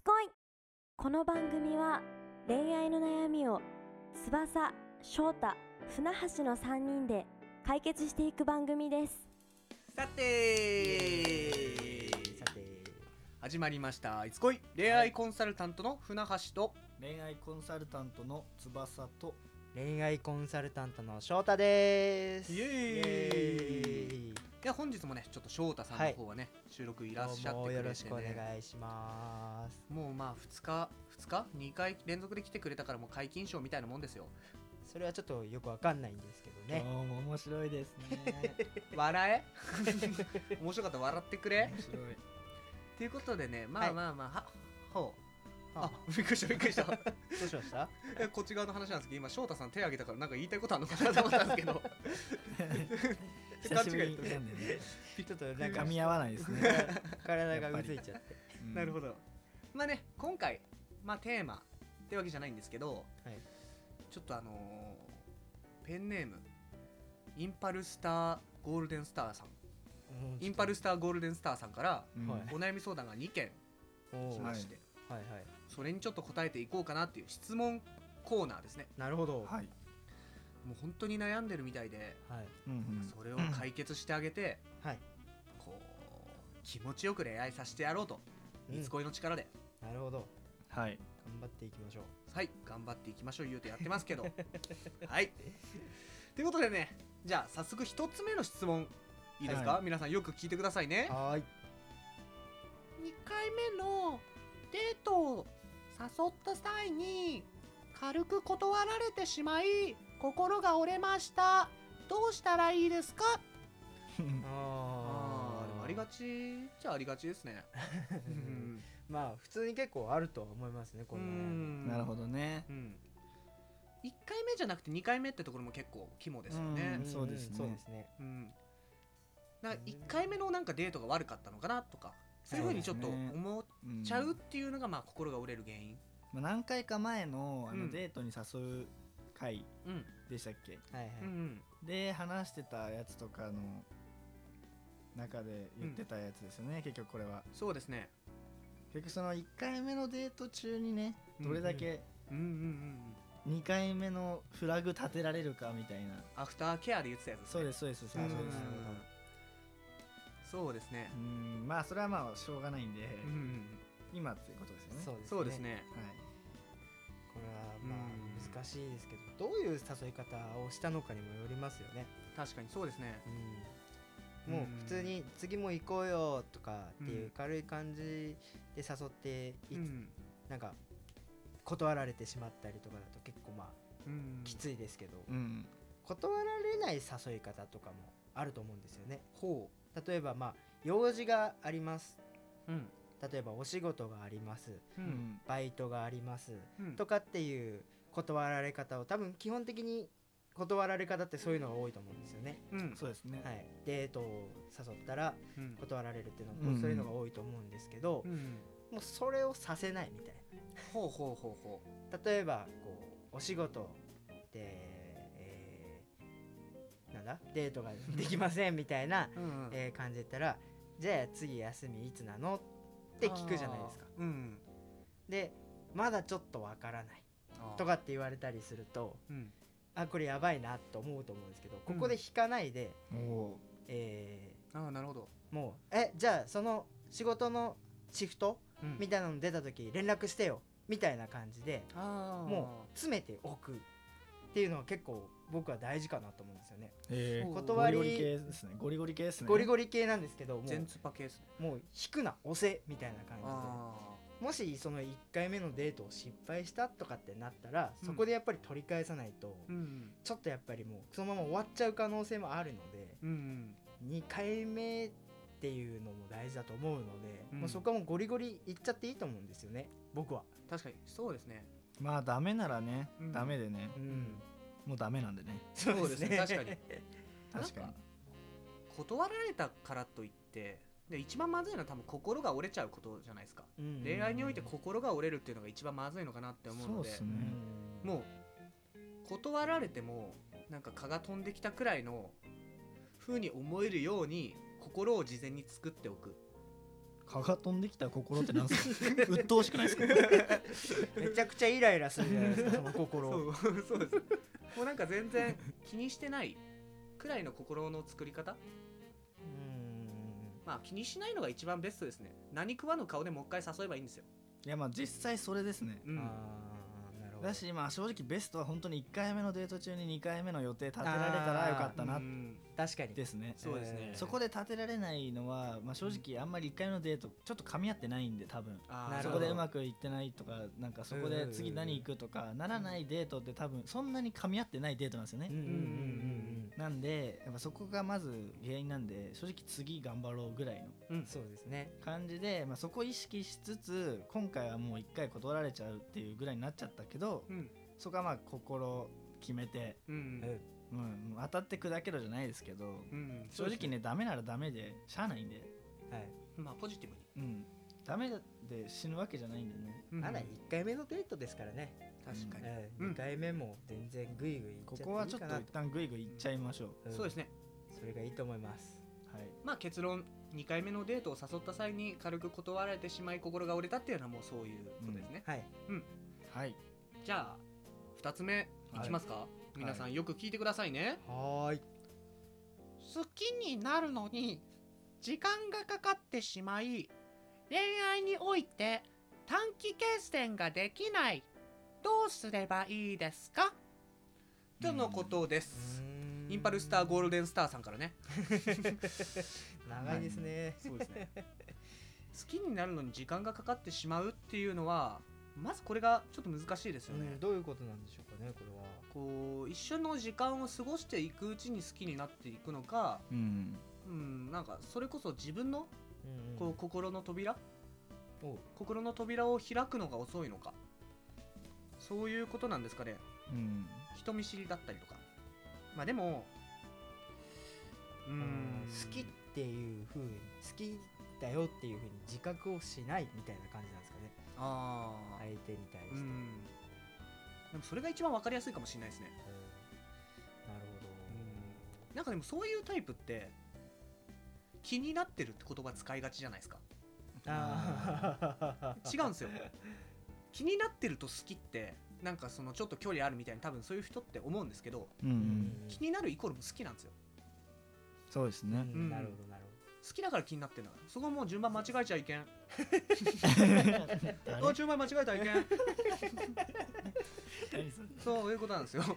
つ恋。この番組は恋愛の悩みを翼、翔太、船橋の3人で解決していく番組です。 さて始まりましたいつ恋恋愛コンサルタントの船橋と恋愛コンサルタントの翼と恋愛コンサルタントの翔太です。 イエーイ。いや本日もねちょっと翔太さんの方はね、収録いらっしゃってくれてね、 よろしくお願いします。 もうまあ2回連続で来てくれたからもう皆勤賞みたいなもんですよ。 それはちょっとよくわかんないんですけどね。 今日も面白いですね笑え面白かったら笑ってくれ面白いということでね、まあまあまあ、ほうあ、 びっくりしたどうしました？ こっち側の話なんですけど、今翔太さん手挙げたからなんか言いたいことあるのかなと思ったんですけど久しぶりに噛んでねちょっとなんか噛み合わないですね体がうずいちゃって、 なるほど。まあね今回まあテーマってわけじゃないんですけど、 はい、 ちょっとペンネームインパルスターゴールデンスターさん、インパルスターゴールデンスターさんから、お悩み相談が2件来まして、 はいはい、 それにちょっと答えていこうかなっていう質問コーナーですね。 なるほど、 はい、 もう本当に悩んでるみたいで、 はい、 それを解決してあげて、 はい、 こう気持ちよく恋愛させてやろうと、いつ恋の力で、 なるほど、 はい、 頑張っていきましょう。 はい、頑張っていきましょう言うてやってますけどはいということでね、じゃあ早速1つ目の質問いいですか、皆さんよく聞いてくださいね。 はい。 2回目のデートを誘った際に軽く断られてしまい心が折れました。どうしたらいいですか？でもありがちじゃありがちですねまあ普通に結構あるとは思いますね、このね。 なるほどね、 1回目じゃなくて2回目ってところも結構肝ですよね。 そうですね、 そうですね。 なんか1回目のなんかデートが悪かったのかなとか、そういう風にちょっと思っちゃうっていうのがまあ心が折れる原因。 何回か前のデートに誘う回でしたっけ、 はいはい、 で話してたやつとかの中で言ってたやつですよね、結局これは。 そうですね。 結局その1回目のデート中にね、どれだけ2回目のフラグ立てられるかみたいな、 アフターケアで言ってたやつですね。 そうですそうですそうです、 そうですね。 まあそれはまあしょうがないんで、今っていうことですよね。 そうですね。 これはまあ難しいですけど、どういう誘い方をしたのかにもよりますよね。 確かにそうですね。 もう普通に次も行こうよとかっていう軽い感じで誘ってなんか断られてしまったりとかだと結構まあきついですけど、断られない誘い方とかもあると思うんですよね。例えばまあ用事があります、例えばお仕事があります、バイトがあります、とかっていう断られ方を多分基本的に断られ方ってそういうのが多いと思うんですよね。 そうですね、 はい、デートを誘ったら断られるっていうのはそういうのが多いと思うんですけど、もうそれをさせないみたいな。例えばこうお仕事で、なんだデートができませんみたいな感じで言ったら、じゃあ次休みいつなのって聞くじゃないですか。でまだちょっとわからないとかって言われたりすると、あこれやばいなと思うと思うんですけど、ここで引かないで、 なるほど、 もうじゃあその仕事のシフトみたいなの出た時連絡してよみたいな感じでもう詰めておくっていうのは結構僕は大事かなと思うんですよね。断りゴリゴリ系ですね。ゴリゴリ系ですね。 ゴリゴリ系なんですけど、もう全ツパ系ですね。 もう引くな押せみたいな感じで、もしその1回目のデートを失敗したとかってなったら、そこでやっぱり取り返さないと、ちょっとやっぱりもうそのまま終わっちゃう可能性もあるので、2回目っていうのも大事だと思うので、もうそこはもうゴリゴリいっちゃっていいと思うんですよね、僕は。 確かにそうですね。 まあダメならね、ダメでね、もうダメなんでね。 そうですね、確かに確かに断られたからといってで一番まずいのは多分心が折れちゃうことじゃないですか。恋愛において心が折れるっていうのが一番まずいのかなって思うので、もう断られてもなんか蚊が飛んできたくらいの風に思えるように心を事前に作っておく蚊が飛んできた心ってなんすか鬱陶しくないですかめちゃくちゃイライラするじゃないですかその心。 そうです。もうなんか全然気にしてないくらいの心の作り方。まあ気にしないのが一番ベストですね。何食わぬ顔でもう一回誘えばいいんですよ。 いやまあ実際それですね、 うん、 あーなるほど。 だしまあ正直ベストは本当に1回目のデート中に2回目の予定立てられたらよかったなうん確かにですね。 そうですね。 そこで立てられないのは、まあ、正直あんまり1回目のデートちょっと噛み合ってないんで多分あーなるほどそこでうまくいってないとかなんかそこで次何行くとかならないデートって多分そんなに噛み合ってないデートなんですよね、 うんうんうんなんでやっぱそこがまず原因なんで正直次頑張ろうぐらいのうんそうですね。 感じで、まあ、そこを意識しつつ今回はもう1回断られちゃうっていうぐらいになっちゃったけど、 うんそこはまあ心決めて、 うん当たって砕けろじゃないですけど、 うん正直ねダメならダメでしゃあないんで、 はい。 まあポジティブに。 ダメで死ぬわけじゃないんでね。 まだ1回目のデートですからね。 確かに、 2回目も全然グイグイいっちゃっていいかな。 ここはちょっと一旦グイグイいっちゃいましょう、 そうですね。 それがいいと思います。 はい。 まあ結論、2回目のデートを誘った際に軽く断られてしまい心が折れたっていうのはもうそういうことですね、 はい。 はい。 じゃあ2つ目いきますか、皆さんよく聞いてくださいね、 はーい。 好きになるのに時間がかかってしまい恋愛において短期決戦ができない、どうすればいいですかとのことです。インパルスターゴールデンスターさんからね。 長いですね。 そうですね。好きになるのに時間がかかってしまうっていうのはまずこれがちょっと難しいですよね、 どういうことなんでしょうかねこれは。 こう一緒の時間を過ごしていくうちに好きになっていくのか、なんかそれこそ自分のこう心の扉を開くのが遅いのか、そういうことなんですかね。人見知りだったりとか。まあでも好きっていう風に好きだよっていう風に自覚をしないみたいな感じなんですかね。相手に対して。 でもそれが一番わかりやすいかもしれないですね。 なるほど。 なんかでもそういうタイプって気になってるって言葉使いがちじゃないですか。違うんですよ。気になってると好きってなんかそのちょっと距離あるみたいに多分そういう人って思うんですけど、気になるイコールも好きなんですよ。 そうですね。 なるほどなるほど。 好きだから気になってんだから、そこはもう順番間違えちゃいけん。順番間違えたらいけん。そういうことなんですよ。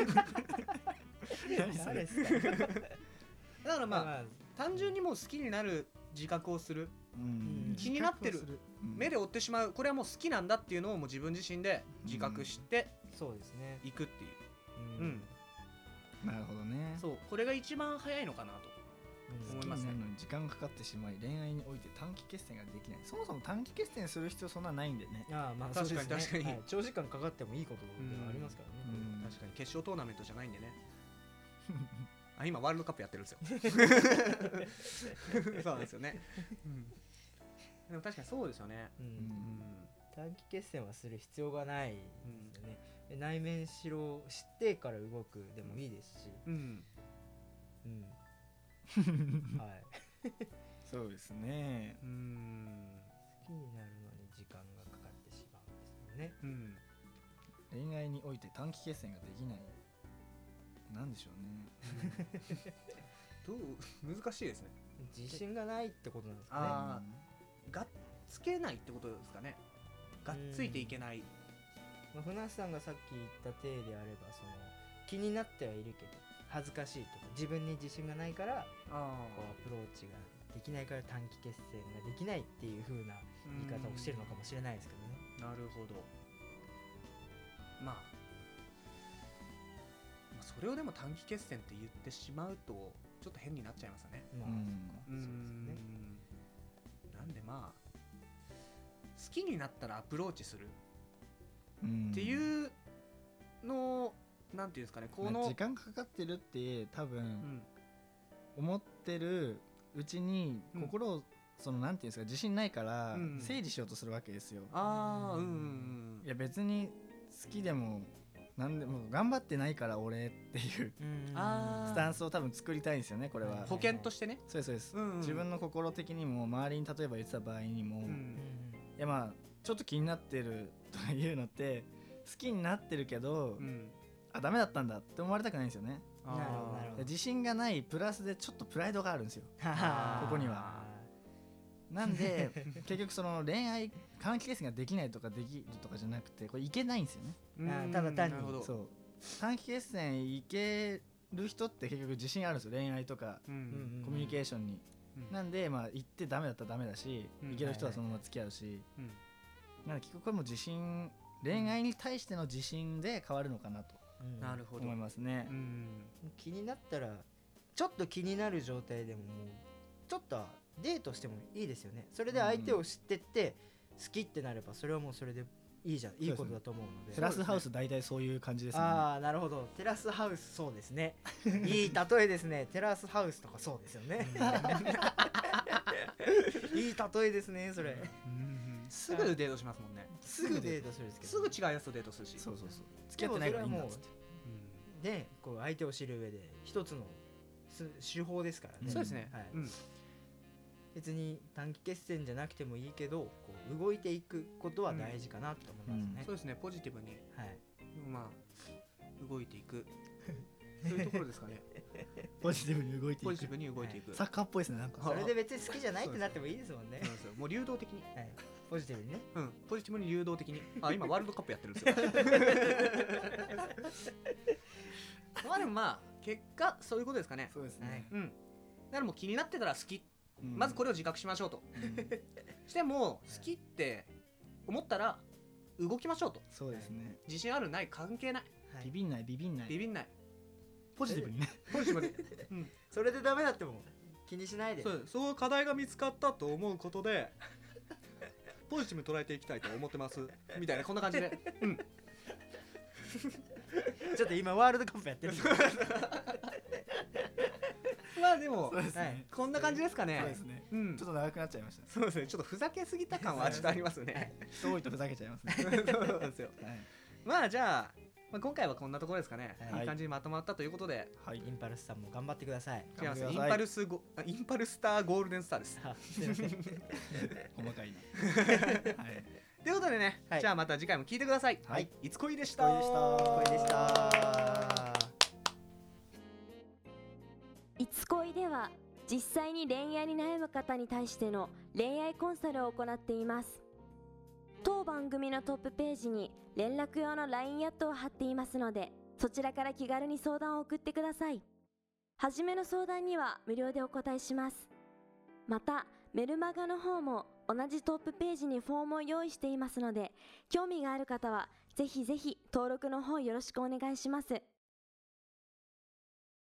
誰ですか。 だからまあ単純にもう好きになる自覚をする、気になってる、目で追ってしまう、これはもう好きなんだっていうのをもう自分自身で自覚してそうですねいくっていう。 なるほどね。 そう、これが一番早いのかなと思いますね。 好きになるのに時間がかかってしまい恋愛において短期決戦ができない。そもそも短期決戦する必要そんなないんでね。 まあ確かに確かに、 長時間かかってもいいことではありますからね。 確かに決勝トーナメントじゃないんでね。今ワールドカップやってるんですよ。そうなんですよね。でも確かにそうですよね。 短期決戦はする必要がないですよね。内面知ってから動くでもいいですし。はい。 そうですね。 好きになるのに時間がかかってしまうんですよね。 恋愛において短期決戦ができない。なんでしょうね。 難しいですね。 自信がないってことなんですかね。 がっつけないってことですかね。がっついていけない。 船橋さんがさっき言った体であればその気になってはいるけど恥ずかしいとか自分に自信がないからこうアプローチができないから短期決戦ができないっていう風な言い方をしてるのかもしれないですけどね。 なるほど。まあそれをでも短期決戦って言ってしまうとちょっと変になっちゃいますよね。なんでまあ好きになったらアプローチするっていうのをなんていうんですかね、この時間かかってるって多分思ってるうちに心をそのなんていうんですか自信ないから整理しようとするわけですよ。いや別に好きでもなんでもう頑張ってないから俺っていうスタンスを多分作りたいんですよね、これは。 保険としてね。 そうですそうです、 うんうん、 自分の心的にも周りに例えば言ってた場合にも、いやまあちょっと気になってるとかいうのって好きになってるけど、あダメだったんだって思われたくないんですよね。 なるほど。 自信がないプラスでちょっとプライドがあるんですよここには。なんで結局その恋愛関係性ができないとかできるとかじゃなくて、これいけないんですよね。 ただ単にそう短期決戦いける人って結局自信あるんですよ、恋愛とかコミュニケーションに。なんでまあ行ってダメだったらダメだし、いける人はそのまま付き合うし、なんで結局これも自信、恋愛に対しての自信で変わるのかなと思いますね。 気になったらちょっと気になる状態でももうちょっとデートしてもいいですよね。それで相手を知ってって好きってなればそれはもうそれでいいじゃん、いいことだと思うので。 テラスハウス大体そういう感じですね。 ああなるほど、テラスハウスそうですねいい例えですね。テラスハウスとかそうですよねいい例えですねそれ。 すぐデートしますもんね。 すぐデートするんですけど、 すぐ違うやつとデートするし。 そうそうそう、付き合ってないからいいんだっつって。 でこう相手を知る上で一つの手法ですからね。 そうですね、 はい、別に短期決戦じゃなくてもいいけどこう動いていくことは大事かなと思いますね。 そうですね、ポジティブに、 はい、 まあ動いていくそういうところですかねポジティブに動いていく、 ポジティブに動いていく、 サッカーっぽいですね。なんかそれで別に好きじゃないってなってもいいですもんね。 そうですよ、もう流動的に、 はい、ポジティブにね、 ポジティブに流動的に。あ、今ワールドカップやってるんですよまあでもまあ結果そういうことですかね。 そうですね、 だからもう気になってたら好き、まずこれを自覚しましょうと、しても好きって思ったら動きましょうと。 そうですね、 自信あるない関係ない、 ビビんないビビんない、 ビビんない、 ポジティブにね、 ポジティブにそれでダメだっても気にしないで、 そういう課題が見つかったと思うことでポジティブに捉えていきたいと思ってますみたいな、こんな感じでちょっと今ワールドカップやってるまあでもそうですね、 こんな感じですかね。 そうですね、ちょっと長くなっちゃいました。 そうですね、ちょっとふざけすぎた感はちょっとありますね。 人多いとふざけちゃいますねそうなんですよ。まあじゃあ今回はこんなところですかね。いい感じにまとまったということで、 インパルスさんも頑張ってください。 違います、インパルスターゴールデンスターです。 すいません細かいなということでね、じゃあまた次回も聞いてください。いつこいでした。 いつ恋では実際に恋愛に悩む方に対しての恋愛コンサルを行っています。当番組のトップページに連絡用の LINE アットを貼っていますので、そちらから気軽に相談を送ってください。はじめの相談には無料でお答えします。またメルマガの方も同じトップページにフォームを用意していますので、興味がある方はぜひぜひ登録の方よろしくお願いします。